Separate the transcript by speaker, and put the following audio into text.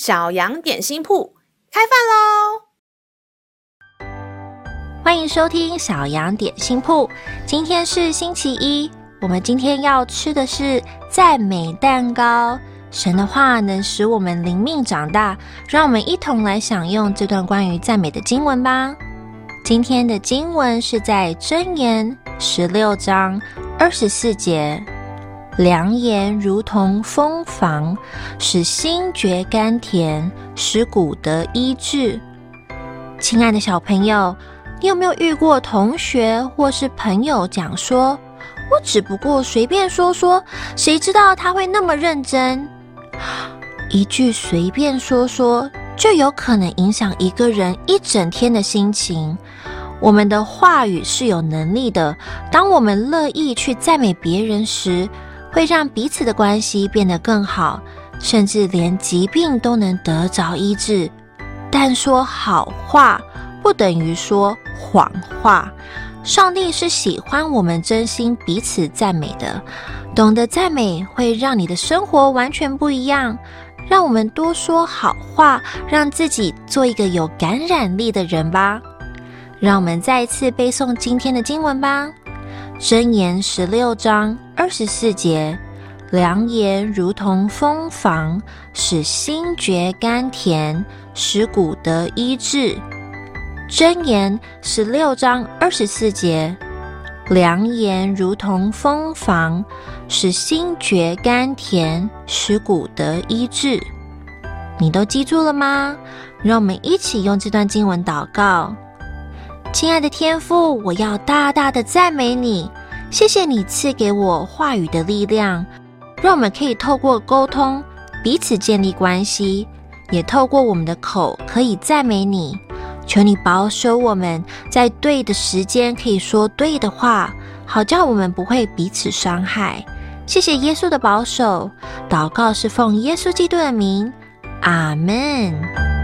Speaker 1: 小羊点心铺开饭喽！
Speaker 2: 欢迎收听小羊点心铺。今天是星期一，我们今天要吃的是赞美蛋糕。神的话能使我们灵命长大，让我们一同来享用这段关于赞美的经文吧。今天的经文是在箴言16章24节。良言如同蜂房，使心觉甘甜，使骨得医治。亲爱的小朋友，你有没有遇过同学或是朋友讲说，我只不过随便说说，谁知道他会那么认真？一句随便说说，就有可能影响一个人一整天的心情。我们的话语是有能力的，当我们乐意去赞美别人时，会让彼此的关系变得更好，甚至连疾病都能得着医治。但说好话不等于说谎话。上帝是喜欢我们真心彼此赞美的，懂得赞美会让你的生活完全不一样。让我们多说好话，让自己做一个有感染力的人吧。让我们再一次背诵今天的经文吧。箴言16章24节，良言如同蜂房，使心觉甘甜，使骨得医治。箴言16章24节，良言如同蜂房，使心觉甘甜，使骨得医治。你都记住了吗？让我们一起用这段经文祷告。亲爱的天父，我要大大的赞美你，谢谢你赐给我话语的力量，让我们可以透过沟通彼此建立关系，也透过我们的口可以赞美你。求你保守我们在对的时间可以说对的话，好叫我们不会彼此伤害。谢谢耶稣的保守，祷告是奉耶稣基督的名，阿们。